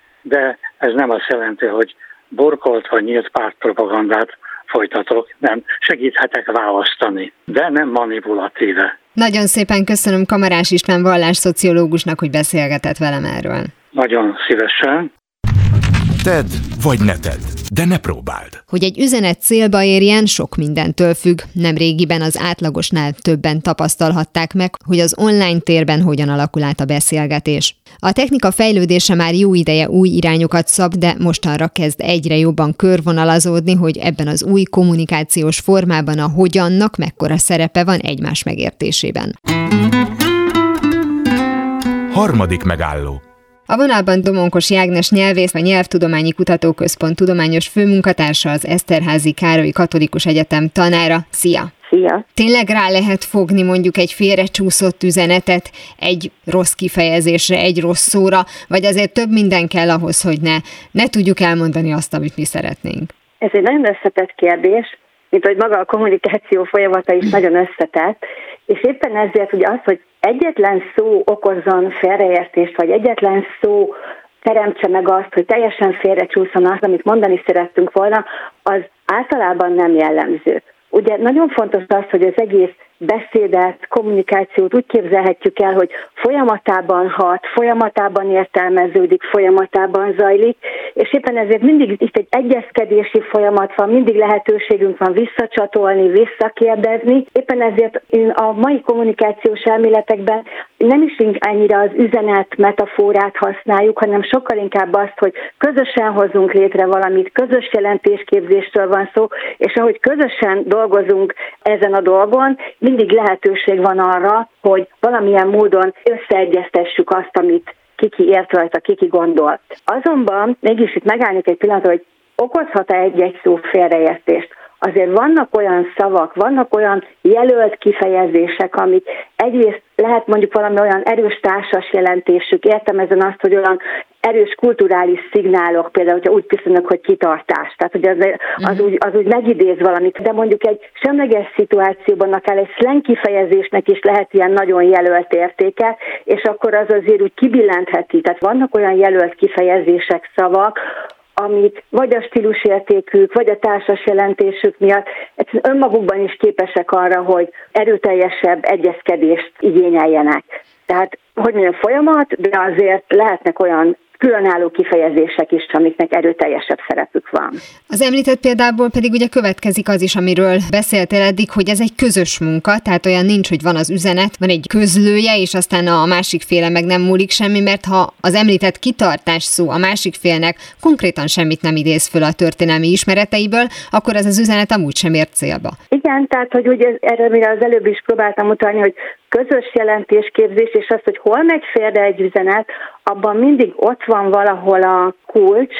de ez nem azt jelenti, hogy burkolt vagy nyílt pártpropagandát folytatok, nem, segíthetek választani, de nem manipulatíve. Nagyon szépen köszönöm Kamarás István vallásszociológusnak, hogy beszélgetett velem erről. Nagyon szívesen. Tedd vagy ne tedd, de ne próbáld. Hogy egy üzenet célba érjen, sok mindentől függ. Nemrégiben az átlagosnál többen tapasztalhatták meg, hogy az online térben hogyan alakul át a beszélgetés. A technika fejlődése már jó ideje új irányokat szab, de mostanra kezd egyre jobban körvonalazódni, hogy ebben az új kommunikációs formában a hogyannak mekkora szerepe van egymás megértésében. Harmadik megálló. A vonalban Domonkos Ágnes nyelvész, a Nyelvtudományi Kutatóközpont tudományos főmunkatársa, az Eszterházy Károly Katolikus Egyetem tanára. Szia! Szia! Tényleg rá lehet fogni mondjuk egy félrecsúszott üzenetet egy rossz kifejezésre, egy rossz szóra, vagy azért több minden kell ahhoz, hogy ne, ne tudjuk elmondani azt, amit mi szeretnénk? Ez egy nagyon összetett kérdés, mint hogy maga a kommunikáció folyamata is nagyon összetett, és éppen ezért ugye az, hogy egyetlen szó okozzon félreértést, vagy egyetlen szó teremtse meg azt, hogy teljesen félrecsúszson az, amit mondani szerettünk volna, az általában nem jellemző. Ugye nagyon fontos az, hogy az egész beszédet, kommunikációt úgy képzelhetjük el, hogy folyamatában hat, folyamatában értelmeződik, folyamatában zajlik, és éppen ezért mindig itt egy egyezkedési folyamat van, mindig lehetőségünk van visszacsatolni, visszakérdezni. Éppen ezért a mai kommunikációs elméletekben nem is ennyire az üzenet metaforát használjuk, hanem sokkal inkább azt, hogy közösen hozzunk létre valamit, közös jelentésképzésről van szó, és ahogy közösen dolgozunk ezen a dolgon, mindig lehetőség van arra, hogy valamilyen módon összeegyeztessük azt, amit kiki ért rajta, kiki gondolt. Azonban mégis itt megállnék egy pillanatra, hogy okozhat-e egy-egy szó félreértést. Azért vannak olyan szavak, vannak olyan jelölt kifejezések, amik egyrészt lehet mondjuk valami olyan erős társas jelentésük, értem ezen azt, hogy olyan erős kulturális szignálok, például, hogyha úgy köszönök, hogy kitartás, tehát hogy az, az, úgy, az úgy megidéz valamit, de mondjuk egy semleges szituációban akár egy slang kifejezésnek is lehet ilyen nagyon jelölt értéke, és akkor az azért úgy kibillentheti. Tehát vannak olyan jelölt kifejezések, szavak, amit vagy a stílusértékük, vagy a társas jelentésük miatt egyszerűen önmagukban is képesek arra, hogy erőteljesebb egyezkedést igényeljenek. Tehát, hogy mondjam, folyamat, de azért lehetnek olyan különálló kifejezések is, amiknek erőteljesebb szerepük van. Az említett példából pedig ugye következik az is, amiről beszéltél eddig, hogy ez egy közös munka, tehát olyan nincs, hogy van az üzenet, van egy közlője, és aztán a másik féle meg nem múlik semmi, mert ha az említett kitartás szó a másik félnek konkrétan semmit nem idéz föl a történelmi ismereteiből, akkor ez az üzenet amúgy sem ért célba. Igen, tehát, hogy ugye erre mire az előbb is próbáltam mutatni, hogy közös jelentésképzés, és az, hogy hol megy félre egy üzenet, abban mindig ott van valahol a kulcs,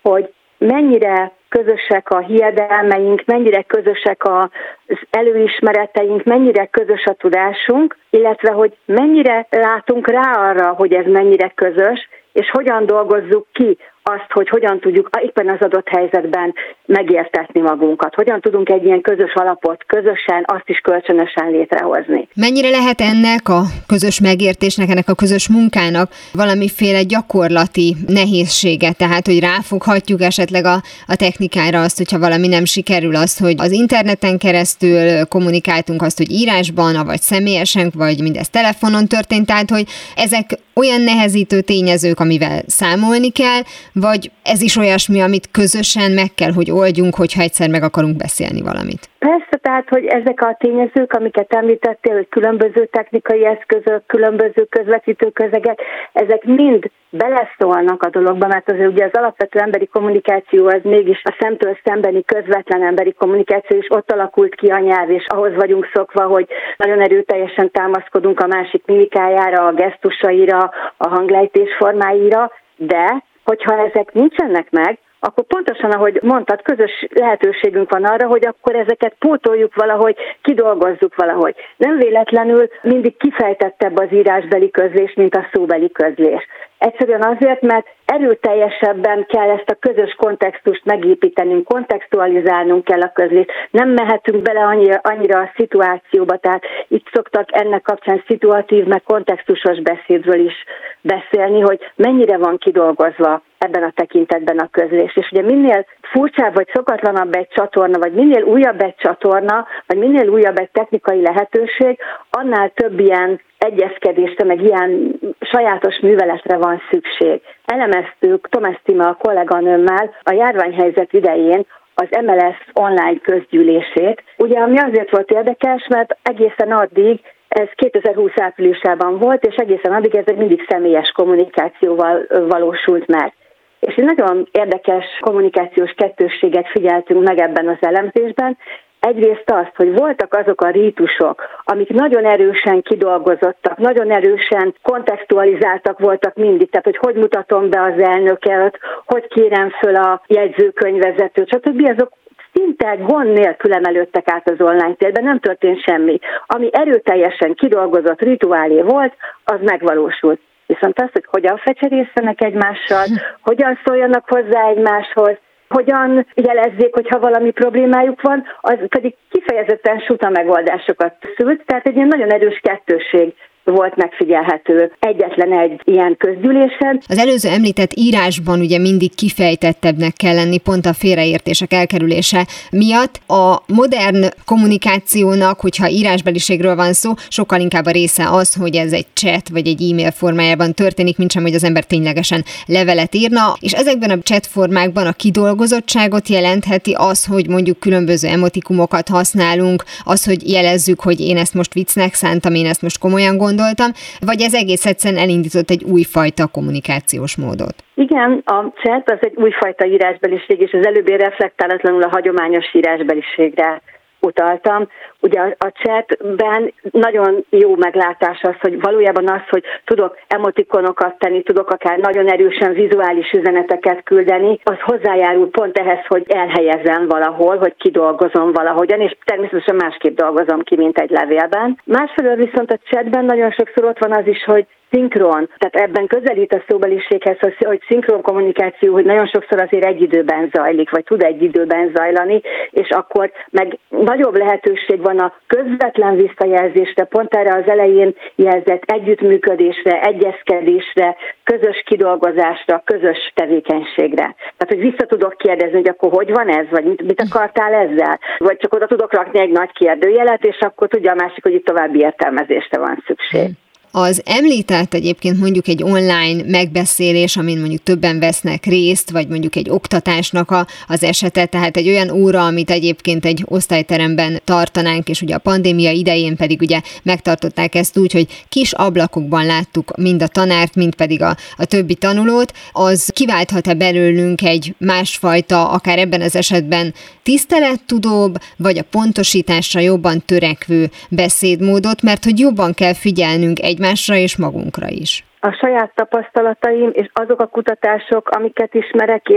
hogy mennyire közösek a hiedelmeink, mennyire közösek az előismereteink, mennyire közös a tudásunk, illetve hogy mennyire látunk rá arra, hogy ez mennyire közös, és hogyan dolgozzuk ki azt, hogy hogyan tudjuk éppen az adott helyzetben megértetni magunkat. Hogyan tudunk egy ilyen közös alapot közösen, azt is kölcsönösen létrehozni. Mennyire lehet ennek a közös megértésnek, ennek a közös munkának valamiféle gyakorlati nehézsége? Tehát, hogy ráfoghatjuk esetleg a, a technikára azt, hogyha valami nem sikerül, azt, hogy az interneten keresztül kommunikáltunk, azt, hogy írásban, vagy személyesen, vagy mindez telefonon történt, tehát, hogy ezek olyan nehezítő tényezők, amivel számolni kell, vagy ez is olyasmi, amit közösen meg kell, hogy oldjunk, hogyha egyszer meg akarunk beszélni valamit? Persze, tehát, hogy ezek a tényezők, amiket említettél, hogy különböző technikai eszközök, különböző közvetítő közegek, ezek mind beleszólnak a dologba, mert azért ugye az alapvető emberi kommunikáció az mégis a szemtől szembeni közvetlen emberi kommunikáció, és ott alakult ki a nyelv, és ahhoz vagyunk szokva, hogy nagyon erőteljesen támaszkodunk a másik mimikájára, a gesztusaira, a hanglejtés formáira, de hogyha ezek nincsenek meg, akkor pontosan, ahogy mondtad, közös lehetőségünk van arra, hogy akkor ezeket pótoljuk valahogy, kidolgozzuk valahogy. Nem véletlenül mindig kifejtettebb az írásbeli közlés, mint a szóbeli közlés. Egyszerűen azért, mert erőteljesebben kell ezt a közös kontextust megépítenünk, kontextualizálnunk kell a közlést. Nem mehetünk bele annyira, annyira a szituációba, tehát itt szoktak ennek kapcsán szituatív, meg kontextusos beszédről is beszélni, hogy mennyire van kidolgozva ebben a tekintetben a közlés. És ugye minél furcsább vagy szokatlanabb egy csatorna, vagy minél újabb egy csatorna, vagy minél újabb egy technikai lehetőség, annál több ilyen egyezkedésre, meg ilyen sajátos műveletre van szükség. Elemeztük Thomas Tima a kolléganőmmel a járványhelyzet idején az em el es online közgyűlését. Ugye, ami azért volt érdekes, mert egészen addig, ez kétezer-húsz áprilisában volt, és egészen addig ez mindig személyes kommunikációval valósult meg. És egy nagyon érdekes kommunikációs kettősséget figyeltünk meg ebben az elemzésben. Egyrészt azt, hogy voltak azok a rítusok, amik nagyon erősen kidolgozottak, nagyon erősen kontextualizáltak voltak mindig, tehát hogy hogy mutatom be az elnököt, hogy kérem föl a jegyzőkönyvvezetőt, stb. Azok szinte gond nélkül emelődtek át az online térben, nem történt semmi. Ami erőteljesen kidolgozott rituálé volt, az megvalósult. Viszont az, hogy hogyan fecserészenek egymással, hogyan szóljanak hozzá egymáshoz, hogyan jelezzék, hogyha valami problémájuk van, az pedig kifejezetten suta megoldásokat szült, tehát egy ilyen nagyon erős kettősség volt megfigyelhető egyetlen egy ilyen közgyűlésen. Az előző említett írásban ugye mindig kifejtettebbnek kell lenni pont a félreértések elkerülése miatt. A modern kommunikációnak, hogyha írásbeliségről van szó, sokkal inkább a része az, hogy ez egy chat vagy egy e-mail formájában történik, mint sem, hogy az ember ténylegesen levelet írna, és ezekben a chat formákban a kidolgozottságot jelentheti az, hogy mondjuk különböző emotikumokat használunk, az, hogy jelezzük, hogy én ezt most viccnek szántam, én ezt most komolyan gondolom, gondoltam, vagy ez egész egyszerűen elindított egy újfajta kommunikációs módot? Igen, a chat az egy újfajta írásbeliség, és az előbb én reflektálatlanul a hagyományos írásbeliségre utaltam. Ugye a chatben nagyon jó meglátás az, hogy valójában az, hogy tudok emotikonokat tenni, tudok akár nagyon erősen vizuális üzeneteket küldeni, az hozzájárul pont ehhez, hogy elhelyezem valahol, hogy kidolgozom valahogyan, és természetesen másképp dolgozom ki, mint egy levélben. Másfelől viszont a chatben nagyon sokszor ott van az is, hogy szinkron, tehát ebben közelít a szóbeliséghez, hogy szinkron kommunikáció, hogy nagyon sokszor azért egy időben zajlik, vagy tud egy időben zajlani, és akkor meg nagyobb lehetőség van a közvetlen visszajelzésre, pont erre az elején jelzett együttműködésre, egyezkedésre, közös kidolgozásra, közös tevékenységre. Tehát, hogy vissza tudok kérdezni, hogy akkor hogy van ez, vagy mit, mit akartál ezzel? Vagy csak oda tudok rakni egy nagy kérdőjelet, és akkor tudja a másik, hogy itt további értelmezésre van szükség. Az említett egyébként mondjuk egy online megbeszélés, amin mondjuk többen vesznek részt, vagy mondjuk egy oktatásnak a, az esete, tehát egy olyan óra, amit egyébként egy osztályteremben tartanánk, és ugye a pandémia idején pedig ugye megtartották ezt úgy, hogy kis ablakokban láttuk mind a tanárt, mind pedig a, a többi tanulót, az kiválthat-e belőlünk egy másfajta, akár ebben az esetben tisztelettudóbb, vagy a pontosításra jobban törekvő beszédmódot, mert hogy jobban kell figyelnünk egy másra és magunkra is. A saját tapasztalataim és azok a kutatások, amiket ismerek, és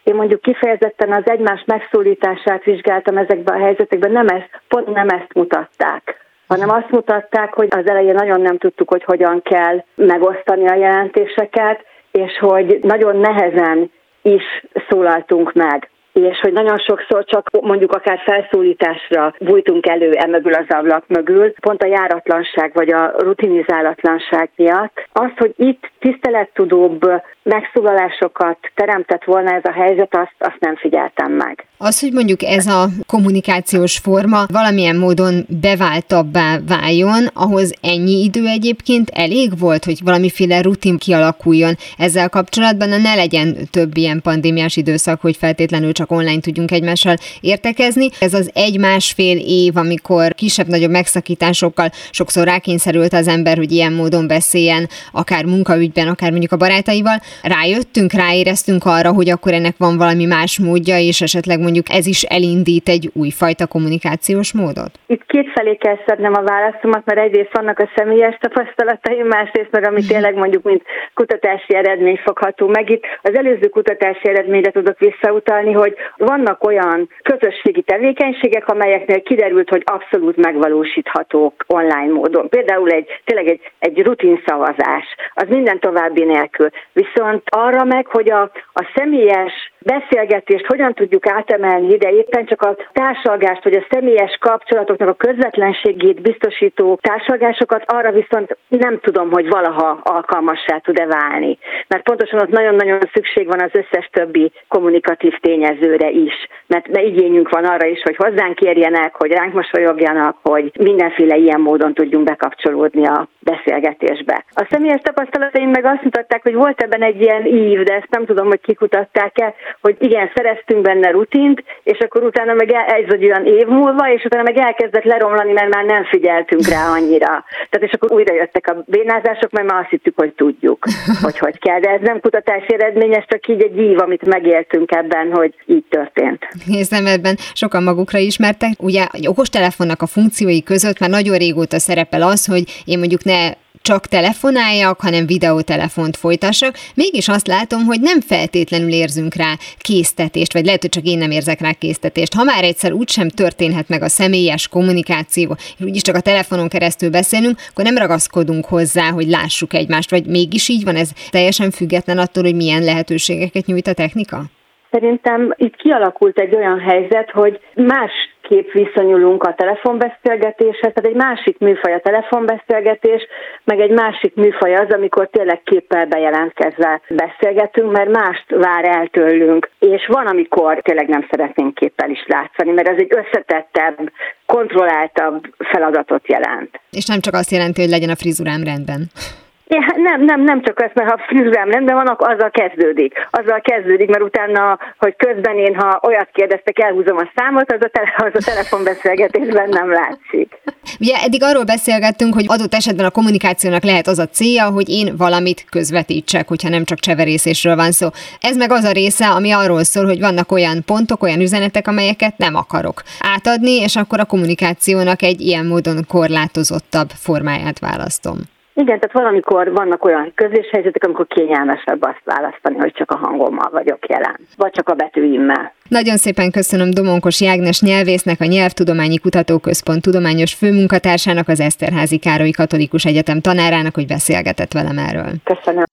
én mondjuk kifejezetten az egymás megszólítását vizsgáltam ezekben a helyzetekben, nem ezt, pont nem ezt mutatták, hanem azt mutatták, hogy az elején nagyon nem tudtuk, hogy hogyan kell megosztani a jelentéseket, és hogy nagyon nehezen is szólaltunk meg, és hogy nagyon sokszor csak mondjuk akár felszólításra bújtunk elő emögül az ablak mögül, pont a járatlanság vagy a rutinizálatlanság miatt. Az, hogy itt tisztelettudóbb megszólalásokat teremtett volna ez a helyzet, azt, azt nem figyeltem meg. Az, hogy mondjuk ez a kommunikációs forma valamilyen módon beváltabbá váljon, ahhoz ennyi idő egyébként elég volt, hogy valamiféle rutin kialakuljon ezzel kapcsolatban, ne legyen több ilyen pandémiás időszak, hogy feltétlenül csak online tudjunk egymással értekezni. Ez az egy-másfél év, amikor kisebb-nagyobb megszakításokkal sokszor rákényszerült az ember, hogy ilyen módon beszéljen, akár munkaügyben, akár mondjuk a barátaival. Rájöttünk, ráéreztünk arra, hogy akkor ennek van valami más módja, és esetleg mondjuk ez is elindít egy újfajta kommunikációs módot? Itt kétfelé kell szednem a válaszomat, mert egyrészt vannak a személyes tapasztalataim, másrészt meg ami tényleg mondjuk, mint kutatási eredmény fogható meg. Itt az előző kutatási eredményre tudok visszautalni, hogy vannak olyan közösségi tevékenységek, amelyeknél kiderült, hogy abszolút megvalósíthatók online módon. Például egy, tényleg egy, egy rutin szavazás, az minden további nélkül. Viszont arra meg, hogy a, a személyes beszélgetést hogyan tudjuk átemelni ide, éppen csak a társalgást, vagy a személyes kapcsolatoknak a közvetlenségét biztosító társalgásokat, arra viszont nem tudom, hogy valaha alkalmassá tud-e válni. Mert pontosan ott nagyon-nagyon szükség van az összes többi kommunikatív tényezőre is. Mert, mert igényünk van arra is, hogy hozzánk érjenek, hogy ránk mosolyogjanak, hogy mindenféle ilyen módon tudjunk bekapcsolódni a beszélgetésbe. A személyes tapasztalataim meg azt mutatták, hogy volt ebben egy ilyen ív, de ezt nem tudom, hogy kikutatták-e, hogy igen, szereztünk benne rutint, és akkor utána meg ez egy olyan év múlva, és utána meg elkezdett leromlani, mert már nem figyeltünk rá annyira. Tehát és akkor újra jöttek a bénázások, mert már azt hittük, hogy tudjuk, hogy hogy kell. De ez nem kutatási eredményes, csak így egy ív, amit megéltünk ebben, hogy így történt. Hiszem, ebben sokan magukra ismertek. Ugye egy okostelefonnak a funkciói között már nagyon régóta szerepel az, hogy én mondjuk ne csak telefonáljak, hanem videótelefont folytassak. Mégis azt látom, hogy nem feltétlenül érzünk rá késztetést, vagy lehet, hogy csak én nem érzek rá késztetést. Ha már egyszer úgysem történhet meg a személyes kommunikáció, és úgyis csak a telefonon keresztül beszélünk, akkor nem ragaszkodunk hozzá, hogy lássuk egymást, vagy mégis így van, ez teljesen független attól, hogy milyen lehetőségeket nyújt a technika? Szerintem itt kialakult egy olyan helyzet, hogy másképp viszonyulunk a telefonbeszélgetéshez, tehát egy másik műfaj a telefonbeszélgetés, meg egy másik műfaj az, amikor tényleg képpel bejelentkezve beszélgetünk, mert mást vár el tőlünk, és van, amikor tényleg nem szeretnénk képpel is látszani, mert ez egy összetettebb, kontrolláltabb feladatot jelent. És nem csak azt jelenti, hogy legyen a frizurám rendben. Ja, nem, nem, nem csak azt, mert ha frizurám rendben van, akkor azzal kezdődik. Azzal kezdődik, mert utána, hogy közben én, ha olyat kérdeztek, elhúzom a számot, az a, tele, az a telefonbeszélgetésben nem látszik. Ugye eddig arról beszélgettünk, hogy adott esetben a kommunikációnak lehet az a célja, hogy én valamit közvetítsek, hogyha nem csak cseverészésről van szó. Ez meg az a része, ami arról szól, hogy vannak olyan pontok, olyan üzenetek, amelyeket nem akarok átadni, és akkor a kommunikációnak egy ilyen módon korlátozottabb formáját választom. Igen, tehát valamikor vannak olyan közléshelyzetek, amikor kényelmesebb azt választani, hogy csak a hangommal vagyok jelen, vagy csak a betűimmel. Nagyon szépen köszönöm Domonkosi Ágnes nyelvésznek, a Nyelvtudományi Kutatóközpont tudományos főmunkatársának, az Eszterházy Károly Katolikus Egyetem tanárának, hogy beszélgetett velem erről. Köszönöm.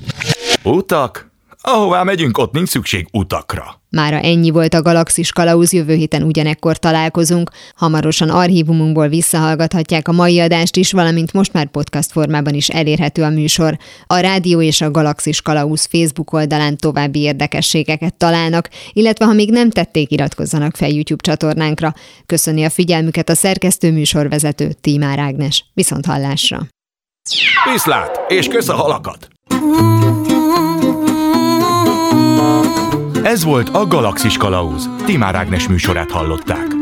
Utak? Ahová megyünk, ott nincs szükség utakra. Mára ennyi volt a Galaxis Kalauz, jövő héten ugyanekkor találkozunk. Hamarosan archívumunkból visszahallgathatják a mai adást is, valamint most már podcast formában is elérhető a műsor. A Rádió és a Galaxis Kalauz Facebook oldalán további érdekességeket találnak, illetve ha még nem tették, iratkozzanak fel YouTube csatornánkra. Köszöni a figyelmüket a szerkesztő műsorvezető Tímár Ágnes. Viszont hallásra! Viszlát, és kösz a halakat! Ez volt a Galaxis Kalauz. Tímár Ágnes műsorát hallották.